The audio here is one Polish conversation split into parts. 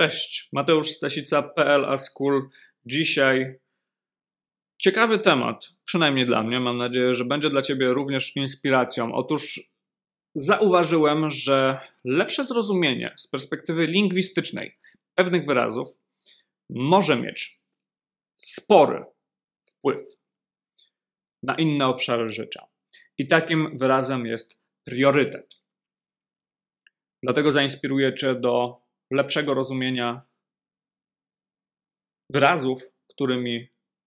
Cześć, Mateusz Stasica.pl Aschool. Dzisiaj ciekawy temat, przynajmniej dla mnie. Mam nadzieję, że będzie dla Ciebie również inspiracją. Otóż zauważyłem, że lepsze zrozumienie z perspektywy lingwistycznej pewnych wyrazów może mieć spory wpływ na inne obszary życia. I takim wyrazem jest priorytet. Dlatego zainspiruję Cię do lepszego rozumienia wyrazów, którymi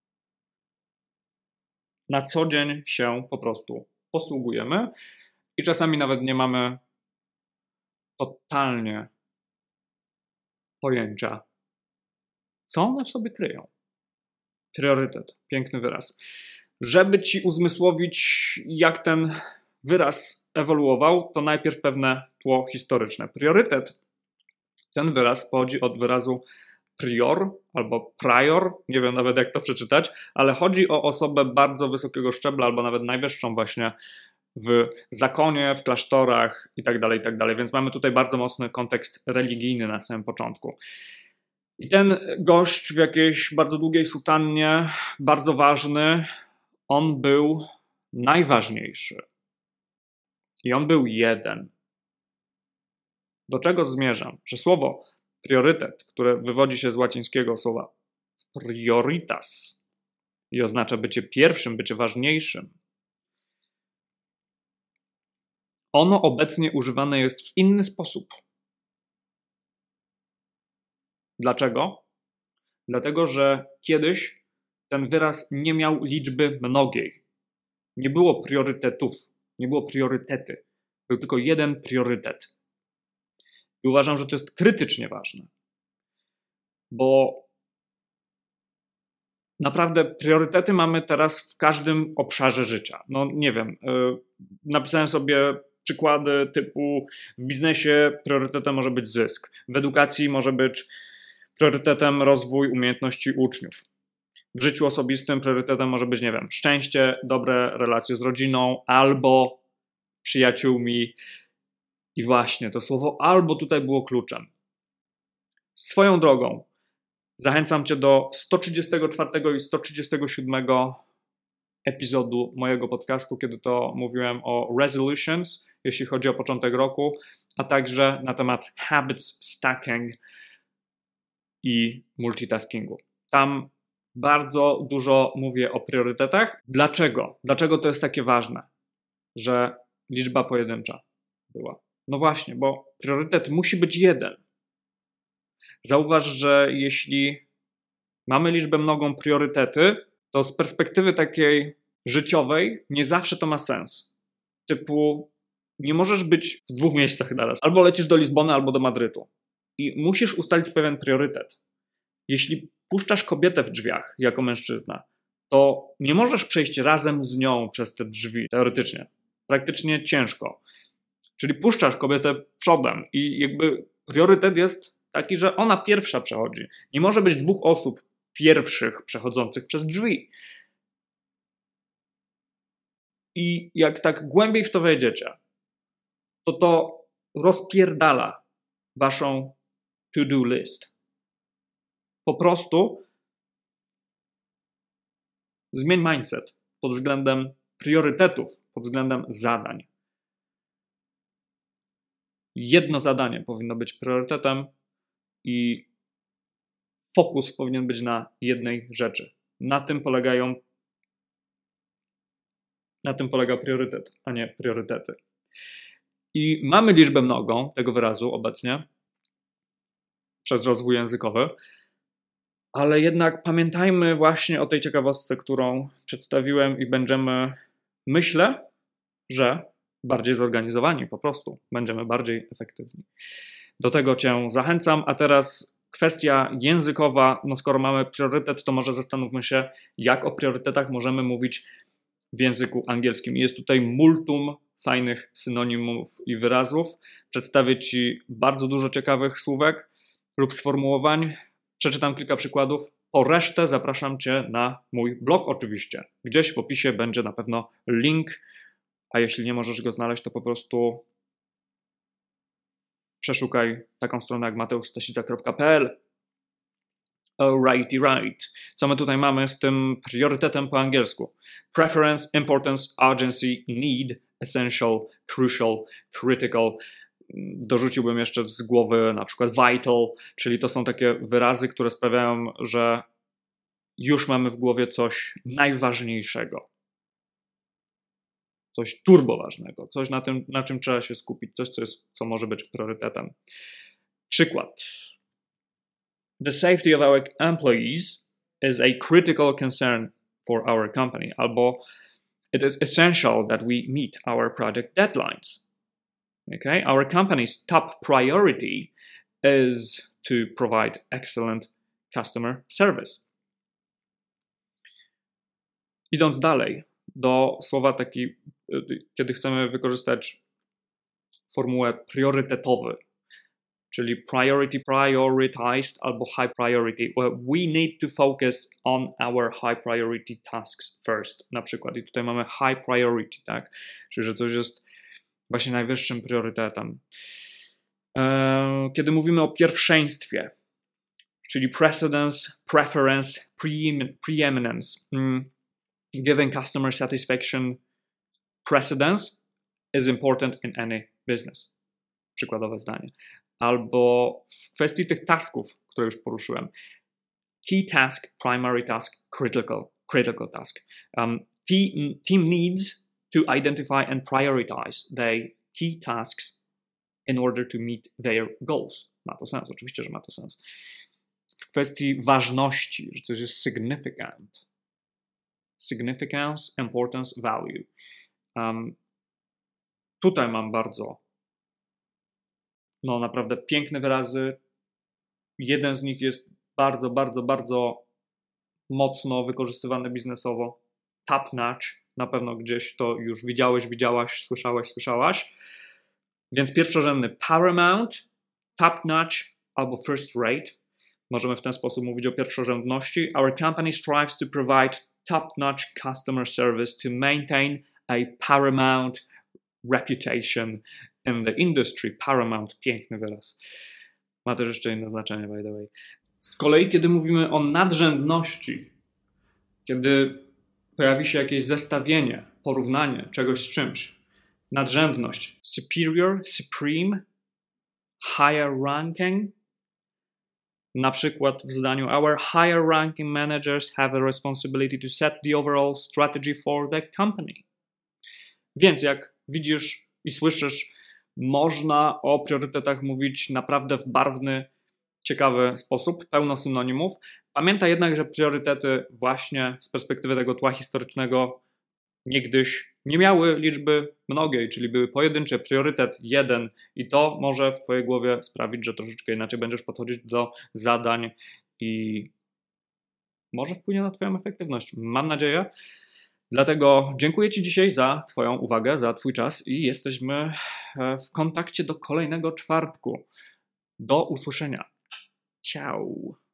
na co dzień się po prostu posługujemy i czasami nawet nie mamy totalnie pojęcia, co one w sobie kryją. Priorytet, piękny wyraz. Żeby Ci uzmysłowić, jak ten wyraz ewoluował, to najpierw pewne tło historyczne. Priorytet, ten wyraz pochodzi od wyrazu prior albo prior, nie wiem nawet jak to przeczytać, ale chodzi o osobę bardzo wysokiego szczebla albo nawet najwyższą właśnie w zakonie, w klasztorach itd., itd. Więc mamy tutaj bardzo mocny kontekst religijny na samym początku. I ten gość w jakiejś bardzo długiej sutannie, bardzo ważny, on był najważniejszy. I on był jeden. Do czego zmierzam? Że słowo priorytet, które wywodzi się z łacińskiego słowa prioritas i oznacza bycie pierwszym, bycie ważniejszym, ono obecnie używane jest w inny sposób. Dlaczego? Dlatego, że kiedyś ten wyraz nie miał liczby mnogiej. Nie było priorytetów, nie było priorytety. Był tylko jeden priorytet. I uważam, że to jest krytycznie ważne, bo naprawdę priorytety mamy teraz w każdym obszarze życia. No nie wiem, napisałem sobie przykłady typu w biznesie priorytetem może być zysk, w edukacji może być priorytetem rozwój umiejętności uczniów, w życiu osobistym priorytetem może być, nie wiem, szczęście, dobre relacje z rodziną albo przyjaciółmi. I właśnie to słowo albo tutaj było kluczem. Swoją drogą zachęcam Cię do 134 i 137 epizodu mojego podcastu, kiedy to mówiłem o resolutions, jeśli chodzi o początek roku, a także na temat habits stacking i multitaskingu. Tam bardzo dużo mówię o priorytetach. Dlaczego? Dlaczego to jest takie ważne, że liczba pojedyncza była? No właśnie, bo priorytet musi być jeden. Zauważ, że jeśli mamy liczbę mnogą priorytety, to z perspektywy takiej życiowej nie zawsze to ma sens. Typu nie możesz być w dwóch miejscach naraz. Albo lecisz do Lizbony, albo do Madrytu. I musisz ustalić pewien priorytet. Jeśli puszczasz kobietę w drzwiach jako mężczyzna, to nie możesz przejść razem z nią przez te drzwi, teoretycznie. Praktycznie ciężko. Czyli puszczasz kobietę przodem i jakby priorytet jest taki, że ona pierwsza przechodzi. Nie może być dwóch osób pierwszych przechodzących przez drzwi. I jak tak głębiej w to wejdziecie, to rozpierdala waszą to-do list. Po prostu zmień mindset pod względem priorytetów, pod względem zadań. Jedno zadanie powinno być priorytetem i fokus powinien być na jednej rzeczy. Na tym polega priorytet, a nie priorytety. I mamy liczbę mnogą tego wyrazu obecnie przez rozwój językowy, ale jednak pamiętajmy właśnie o tej ciekawostce, którą przedstawiłem i będziemy, myślę, że bardziej zorganizowani po prostu. Będziemy bardziej efektywni. Do tego Cię zachęcam, a teraz kwestia językowa. No skoro mamy priorytet, to może zastanówmy się, jak o priorytetach możemy mówić w języku angielskim. I jest tutaj multum fajnych synonimów i wyrazów. Przedstawię Ci bardzo dużo ciekawych słówek lub sformułowań. Przeczytam kilka przykładów. Po resztę zapraszam Cię na mój blog oczywiście. Gdzieś w opisie będzie na pewno link, a jeśli nie możesz go znaleźć, to po prostu przeszukaj taką stronę jak mateuszstasica.pl. Alrighty, right. Co my tutaj mamy z tym priorytetem po angielsku? Preference, importance, urgency, need, essential, crucial, critical. Dorzuciłbym jeszcze z głowy na przykład vital, czyli to są takie wyrazy, które sprawiają, że już mamy w głowie coś najważniejszego. Coś turboważnego, coś na czym trzeba się skupić, coś, co może być priorytetem. Przykład. The safety of our employees is a critical concern for our company. Albo it is essential that we meet our project deadlines. Okay? Our company's top priority is to provide excellent customer service. Idąc dalej do słowa taki, kiedy chcemy wykorzystać formułę priorytetowy, czyli priority, prioritized albo high priority. We need to focus on our high priority tasks first, na przykład. I tutaj mamy high priority, tak? Czyli że coś jest właśnie najwyższym priorytetem. Kiedy mówimy o pierwszeństwie, czyli precedence, preference, preeminence, giving customer satisfaction precedence is important in any business. Przykładowe zdanie. Albo w kwestii tych tasków, które już poruszyłem. Key task, primary task, critical task. Team needs to identify and prioritize their key tasks in order to meet their goals. Ma to sens, oczywiście, że ma to sens. W kwestii ważności, że coś jest significant. Significance, importance, value. Tutaj mam bardzo naprawdę piękne wyrazy. Jeden z nich jest bardzo, bardzo, bardzo mocno wykorzystywany biznesowo. Top notch. Na pewno gdzieś to już widziałeś, widziałaś, słyszałaś. Więc pierwszorzędny paramount, top notch albo first rate. Możemy w ten sposób mówić o pierwszorzędności. Our company strives to provide top-notch customer service to maintain a paramount reputation in the industry. Paramount, piękny wyraz. Ma też jeszcze inne znaczenie, by the way. Z kolei, kiedy mówimy o nadrzędności, kiedy pojawi się jakieś zestawienie, porównanie czegoś z czymś, nadrzędność, superior, supreme, higher ranking, na przykład w zdaniu our higher ranking managers have a responsibility to set the overall strategy for the company. Więc jak widzisz i słyszysz, można o priorytetach mówić naprawdę w barwny, ciekawy sposób, pełno synonimów. Pamiętaj jednak, że priorytety właśnie z perspektywy tego tła historycznego niegdyś nie miały liczby mnogiej, czyli były pojedyncze, priorytet jeden i to może w twojej głowie sprawić, że troszeczkę inaczej będziesz podchodzić do zadań i może wpłynie na twoją efektywność. Mam nadzieję. Dlatego dziękuję ci dzisiaj za twoją uwagę, za twój czas i jesteśmy w kontakcie do kolejnego czwartku. Do usłyszenia. Ciao.